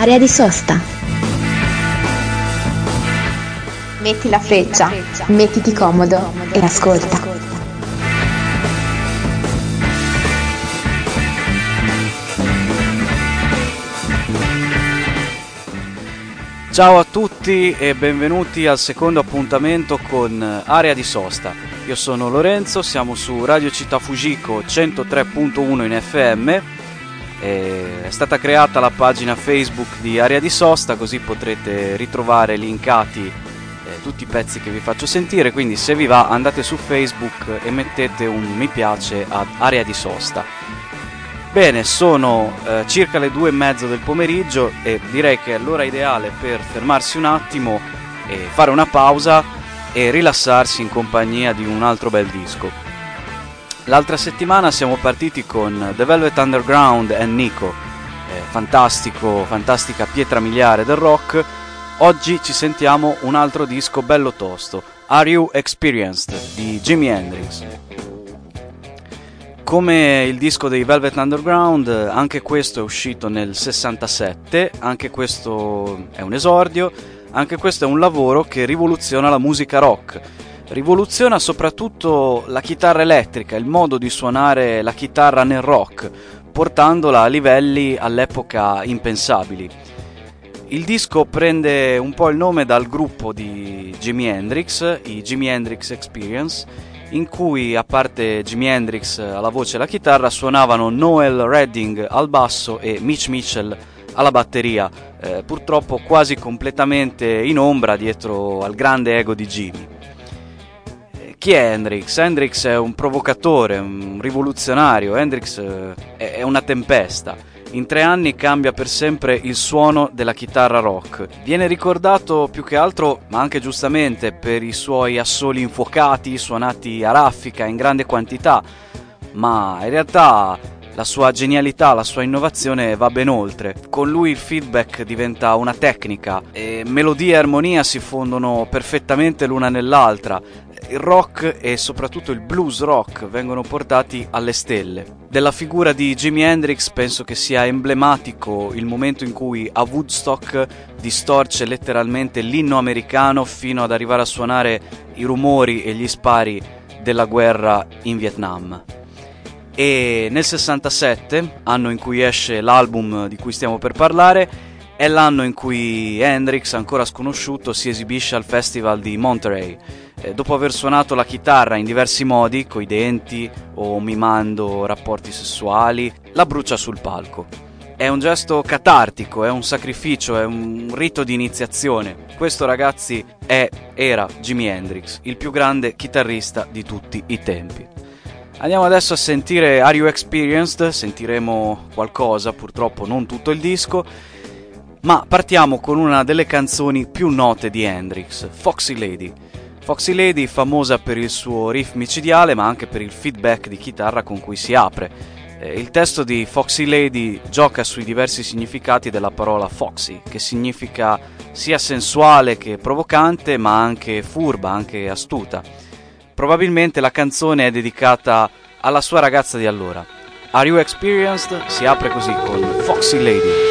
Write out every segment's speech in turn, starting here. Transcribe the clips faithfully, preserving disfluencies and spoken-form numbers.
Area di sosta. Metti la freccia, mettiti comodo e ascolta. Ciao a tutti e benvenuti al secondo appuntamento con Area di sosta. Io sono Lorenzo, siamo su Radio Città Fujiko centotré virgola uno in F M. È stata creata la pagina Facebook di Area di sosta, così potrete ritrovare linkati eh, tutti i pezzi che vi faccio sentire, quindi se vi va andate su Facebook e mettete un mi piace ad Area di sosta. Bene, sono eh, circa le due e mezzo del pomeriggio e direi che è l'ora ideale per fermarsi un attimo e fare una pausa e rilassarsi in compagnia di un altro bel disco. L'altra settimana siamo partiti con The Velvet Underground e Nico, eh, fantastico, fantastica pietra miliare del rock. Oggi ci sentiamo un altro disco bello tosto, Are You Experienced di Jimi Hendrix. Come il disco dei Velvet Underground, anche questo è uscito nel sessantasette, anche questo è un esordio, anche questo è un lavoro che rivoluziona la musica rock. Rivoluziona soprattutto la chitarra elettrica, il modo di suonare la chitarra nel rock, portandola a livelli all'epoca impensabili. Il disco prende un po' il nome dal gruppo di Jimi Hendrix, i Jimi Hendrix Experience, in cui a parte Jimi Hendrix alla voce e alla chitarra suonavano Noel Redding al basso e Mitch Mitchell alla batteria, eh, purtroppo quasi completamente in ombra dietro al grande ego di Jimi. Chi è Hendrix? Hendrix è un provocatore, un rivoluzionario. Hendrix è una tempesta. In tre anni cambia per sempre il suono della chitarra rock. Viene ricordato più che altro, ma anche giustamente, per i suoi assoli infuocati, suonati a raffica in grande quantità, ma in realtà la sua genialità, la sua innovazione va ben oltre. Con lui il feedback diventa una tecnica e melodia e armonia si fondono perfettamente l'una nell'altra. Il rock e soprattutto il blues rock vengono portati alle stelle. Della figura di Jimi Hendrix penso che sia emblematico il momento in cui a Woodstock distorce letteralmente l'inno americano fino ad arrivare a suonare i rumori e gli spari della guerra in Vietnam. E nel sessantasette, anno in cui esce l'album di cui stiamo per parlare, è l'anno in cui Hendrix, ancora sconosciuto, si esibisce al festival di Monterey. Eh, dopo aver suonato la chitarra in diversi modi, coi denti o mimando rapporti sessuali, la brucia sul palco. È un gesto catartico, è un sacrificio, è un rito di iniziazione. Questo, ragazzi, è, era Jimi Hendrix, il più grande chitarrista di tutti i tempi. Andiamo adesso a sentire Are You Experienced? Sentiremo qualcosa, purtroppo non tutto il disco, ma partiamo con una delle canzoni più note di Hendrix, Foxy Lady. Foxy Lady, famosa per il suo riff micidiale, ma anche per il feedback di chitarra con cui si apre. Eh, il testo di Foxy Lady gioca sui diversi significati della parola foxy, che significa sia sensuale che provocante, ma anche furba, anche astuta. Probabilmente la canzone è dedicata alla sua ragazza di allora. Are You Experienced? Si apre così con Foxy Lady.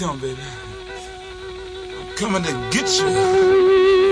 come, baby. I'm coming to get you.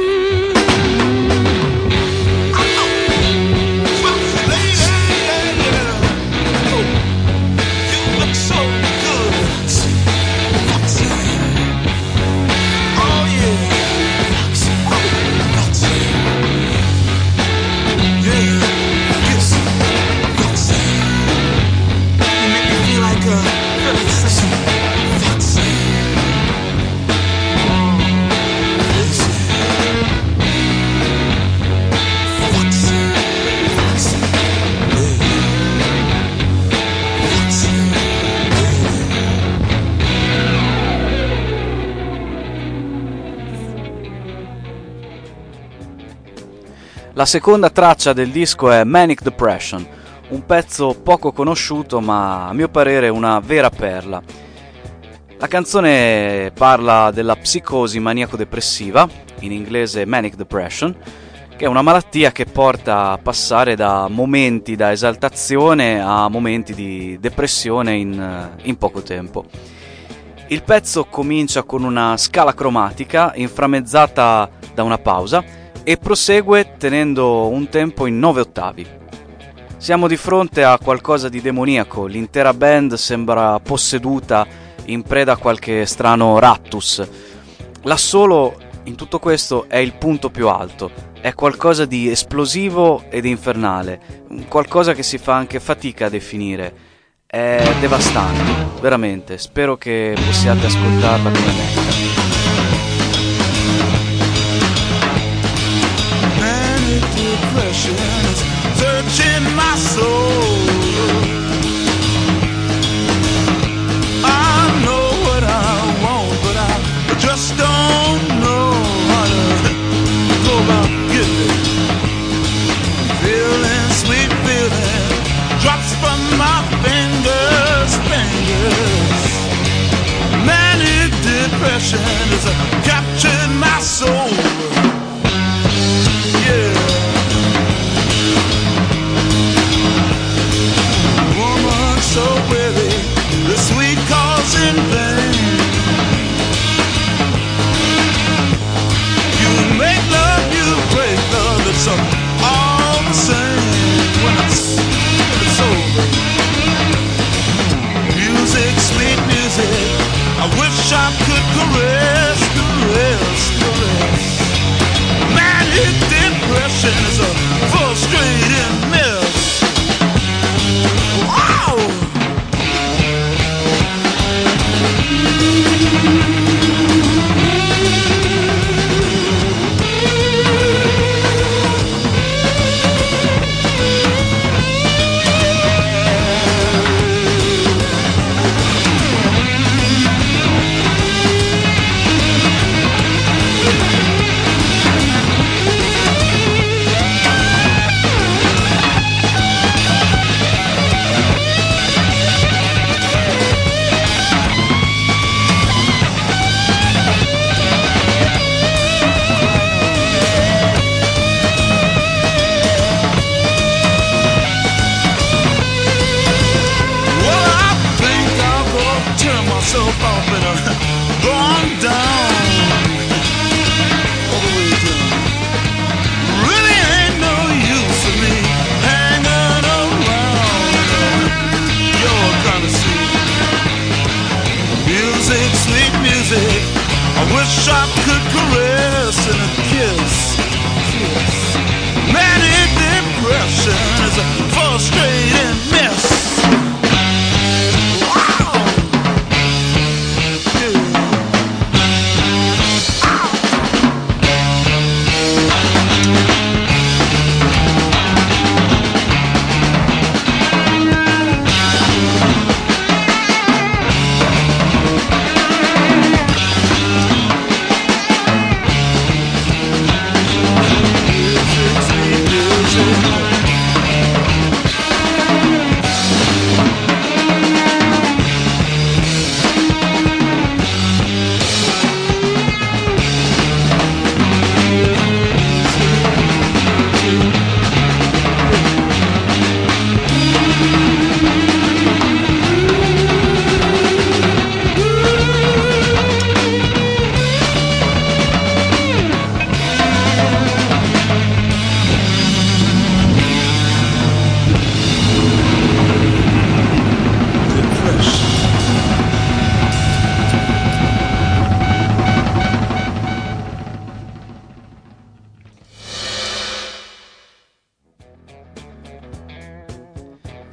La seconda traccia del disco è Manic Depression, un pezzo poco conosciuto ma a mio parere una vera perla. La canzone parla della psicosi maniaco-depressiva, in inglese Manic Depression, che è una malattia che porta a passare da momenti da esaltazione a momenti di depressione in, in poco tempo. Il pezzo comincia con una scala cromatica inframmezzata da una pausa e prosegue tenendo un tempo in nove ottavi. Siamo di fronte a qualcosa di demoniaco, l'intera band sembra posseduta, in preda a qualche strano raptus. L'assolo in tutto questo è il punto più alto, è qualcosa di esplosivo ed infernale, qualcosa che si fa anche fatica a definire. È devastante, veramente, spero che possiate ascoltarla come me. Searching my soul, I know what I want, but I just don't know how to go about getting it. Feeling, sweet feeling, drops from my fingers, fingers. Manic depression has captured my soul. Yeah.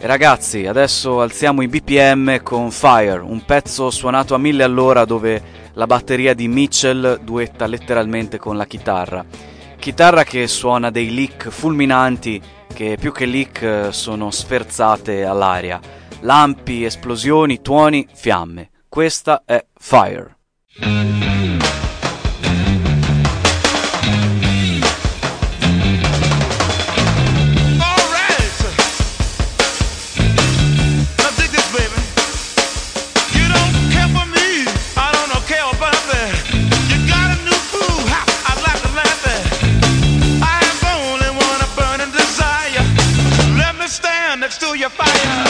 Ragazzi, adesso alziamo i B P M con Fire, un pezzo suonato a mille all'ora dove la batteria di Mitchell duetta letteralmente con la chitarra. Chitarra che suona dei lick fulminanti che più che lick sono sferzate all'aria. Lampi, esplosioni, tuoni, fiamme. Questa è Fire. Next to your fire.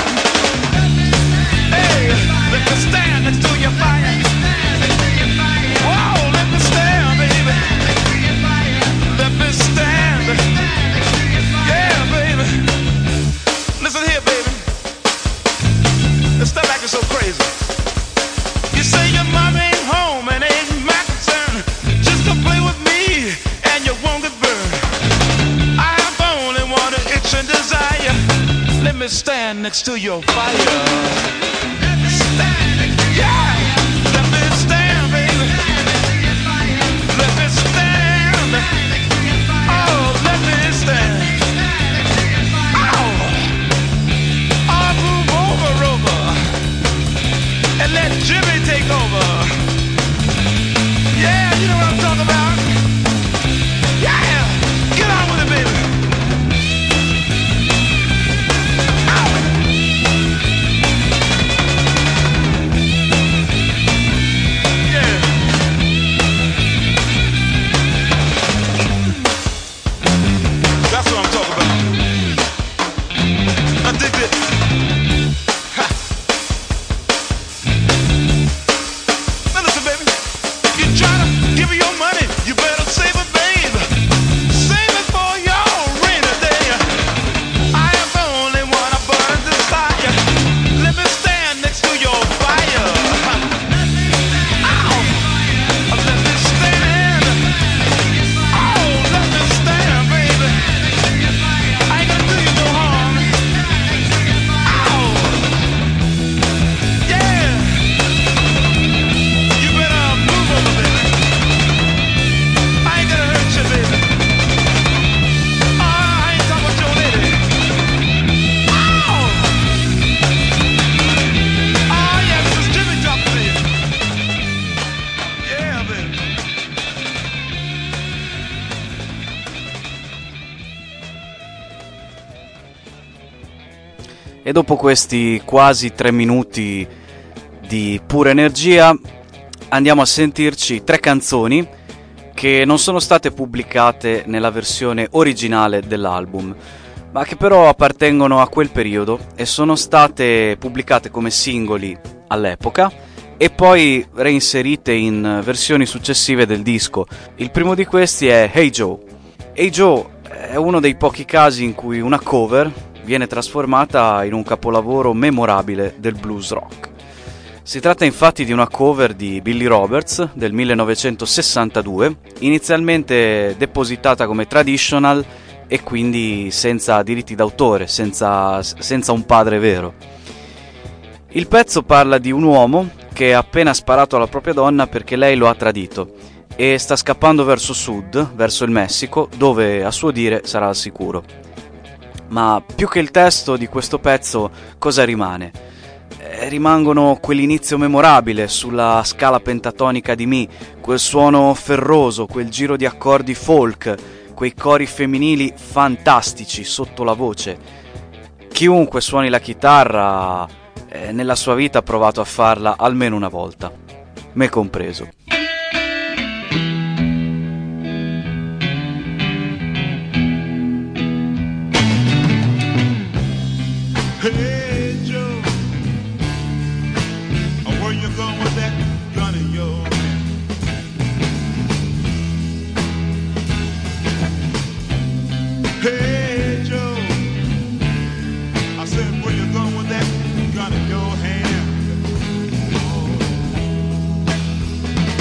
Hey, let me stand next to your fire. Whoa, let me stand, baby. Let me stand. Yeah, baby. Listen here, baby. This stuff like it's so crazy. You say your mom ain't home and ain't my concern. Just come play with me and you won't get burned. I have only one itch and desire. Let me stand next to your fire. Stand, yeah. Let me stand, baby. Let me stand. Oh, let me stand. Oh, I'll move over, over, and let Jimmy take over. Yeah, you know what I'm talking about. Yeah, get on with it, baby. E dopo questi quasi tre minuti di pura energia andiamo a sentirci tre canzoni che non sono state pubblicate nella versione originale dell'album, ma che però appartengono a quel periodo e sono state pubblicate come singoli all'epoca e poi reinserite in versioni successive del disco. Il primo di questi è Hey Joe. Hey Joe è uno dei pochi casi in cui una cover viene trasformata in un capolavoro memorabile del blues rock. Si tratta infatti di una cover di Billy Roberts del millenovecentosessantadue, inizialmente depositata come traditional e quindi senza diritti d'autore, senza, senza un padre vero. Il pezzo parla di un uomo che ha appena sparato alla propria donna perché lei lo ha tradito e sta scappando verso sud, verso il Messico, dove a suo dire sarà al sicuro. Ma più che il testo di questo pezzo, cosa rimane? Eh, rimangono quell'inizio memorabile sulla scala pentatonica di Mi, quel suono ferroso, quel giro di accordi folk, quei cori femminili fantastici sotto la voce. Chiunque suoni la chitarra eh, nella sua vita ha provato a farla almeno una volta, me compreso. Hey Joe, where you going with that gun in your hand? Hey Joe, I said where you going with that gun in your hand? Oh.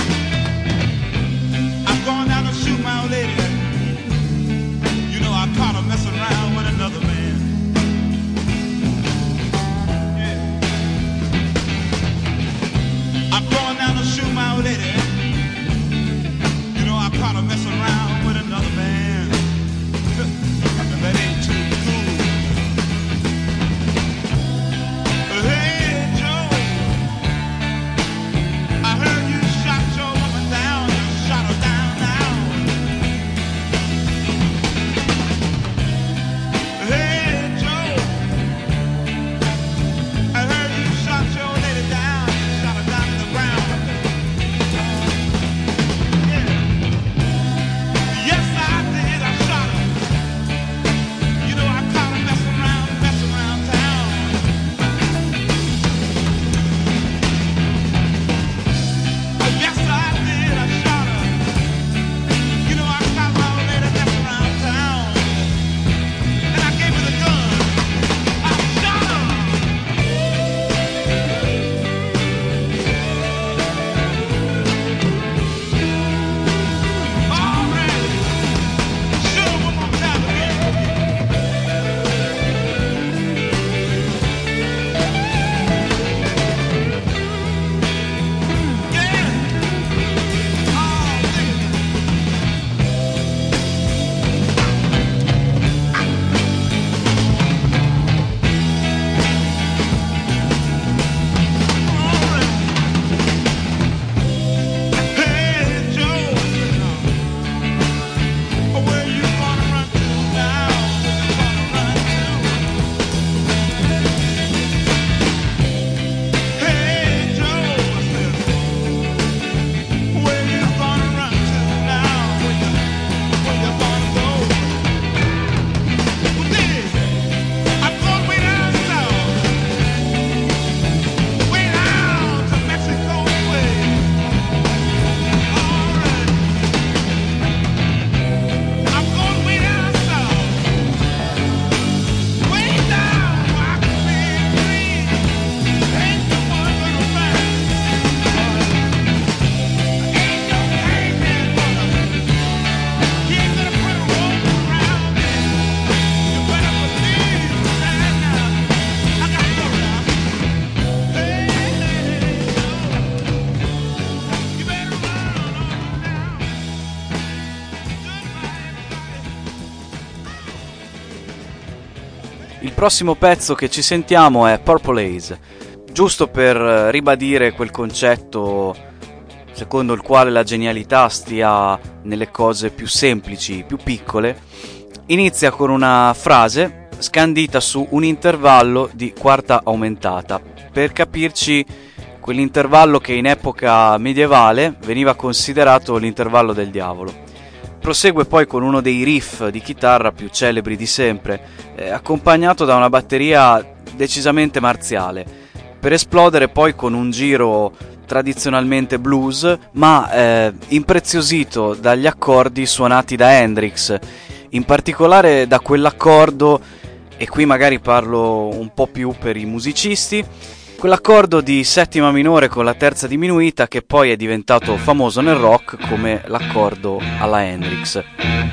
Il prossimo pezzo che ci sentiamo è Purple Haze, giusto per ribadire quel concetto secondo il quale la genialità stia nelle cose più semplici, più piccole. Inizia con una frase scandita su un intervallo di quarta aumentata, per capirci quell'intervallo che in epoca medievale veniva considerato l'intervallo del diavolo. Prosegue poi con uno dei riff di chitarra più celebri di sempre, eh, accompagnato da una batteria decisamente marziale, per esplodere poi con un giro tradizionalmente blues, ma eh, impreziosito dagli accordi suonati da Hendrix, in particolare da quell'accordo, e qui magari parlo un po' più per i musicisti, quell'accordo di settima minore con la terza diminuita che poi è diventato famoso nel rock come l'accordo alla Hendrix.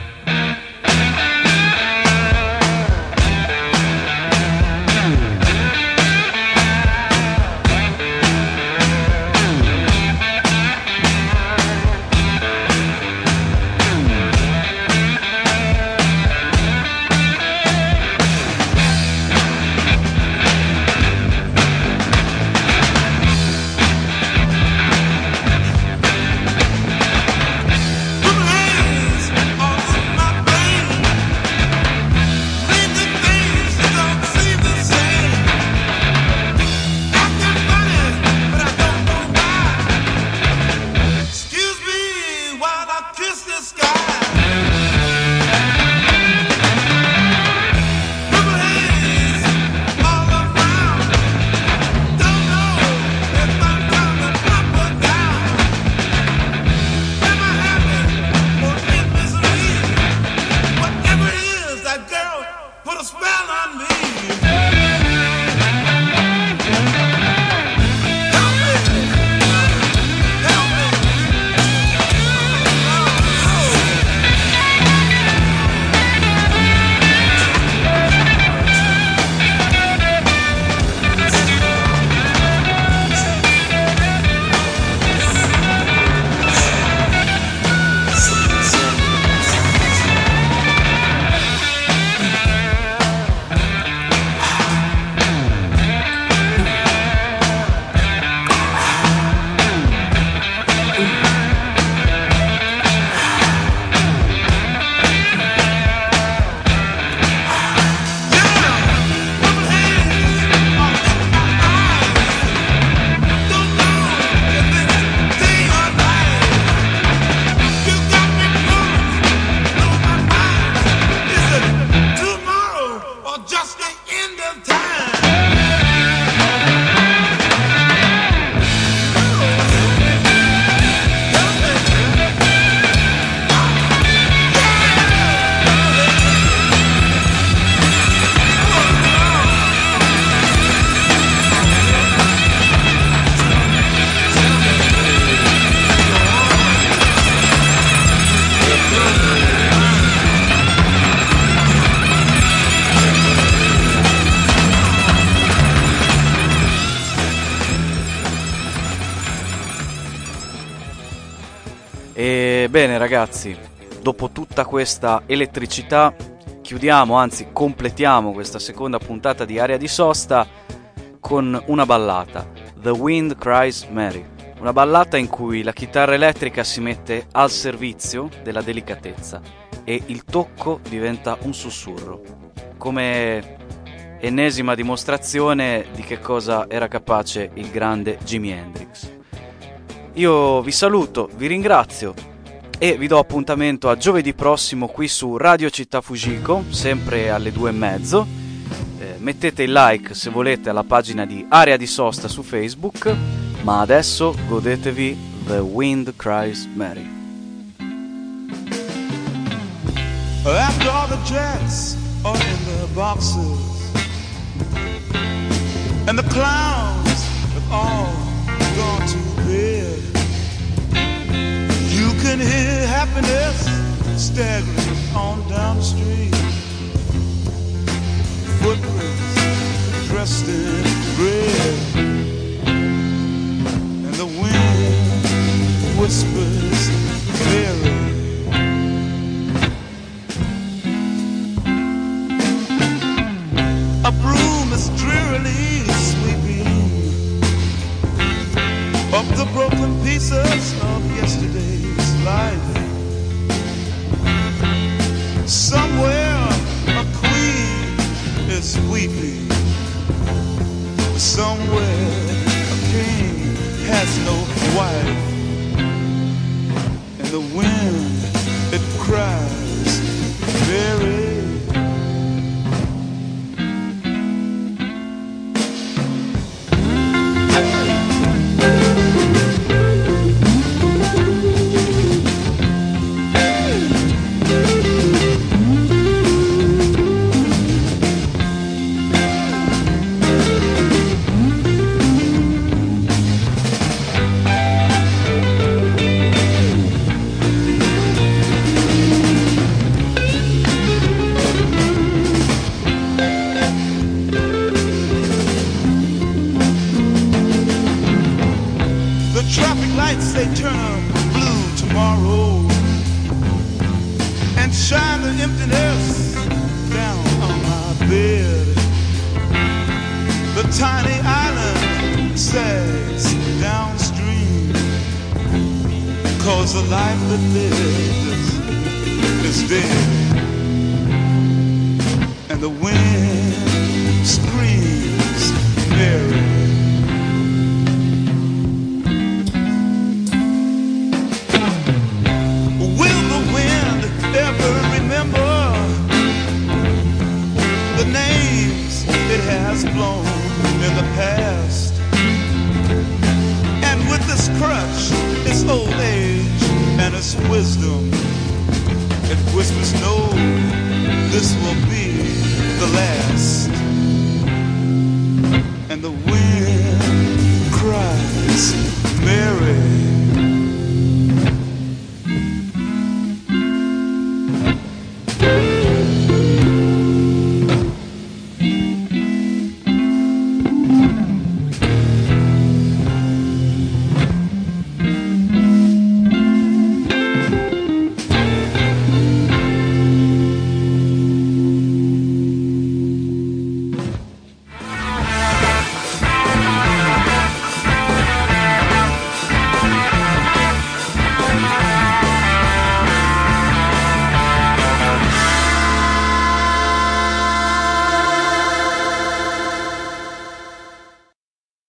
Bene ragazzi, dopo tutta questa elettricità chiudiamo, anzi completiamo questa seconda puntata di Aria di Sosta con una ballata, The Wind Cries Mary, una ballata in cui la chitarra elettrica si mette al servizio della delicatezza e il tocco diventa un sussurro, come ennesima dimostrazione di che cosa era capace il grande Jimi Hendrix. Io vi saluto, vi ringrazio e vi do appuntamento a giovedì prossimo qui su Radio Città Fujiko, sempre alle due e mezzo. Eh, mettete il like se volete alla pagina di Area di Sosta su Facebook, ma adesso godetevi The Wind Cries Mary. After all the jets are in the boxes and the clowns have all gone to bed, you can hear happiness staggering on down the street. Footprints dressed in red, and the wind whispers Mary. and the wind, it cries, Mary. They turn blue tomorrow and shine the emptiness down on my bed. The tiny island sags downstream, 'cause the life that lives is dead. And the wind screams, Mary. Has blown in the past, and with this crutch, its old age and its wisdom, it whispers, no, this will be the last. And the wind cries, Mary.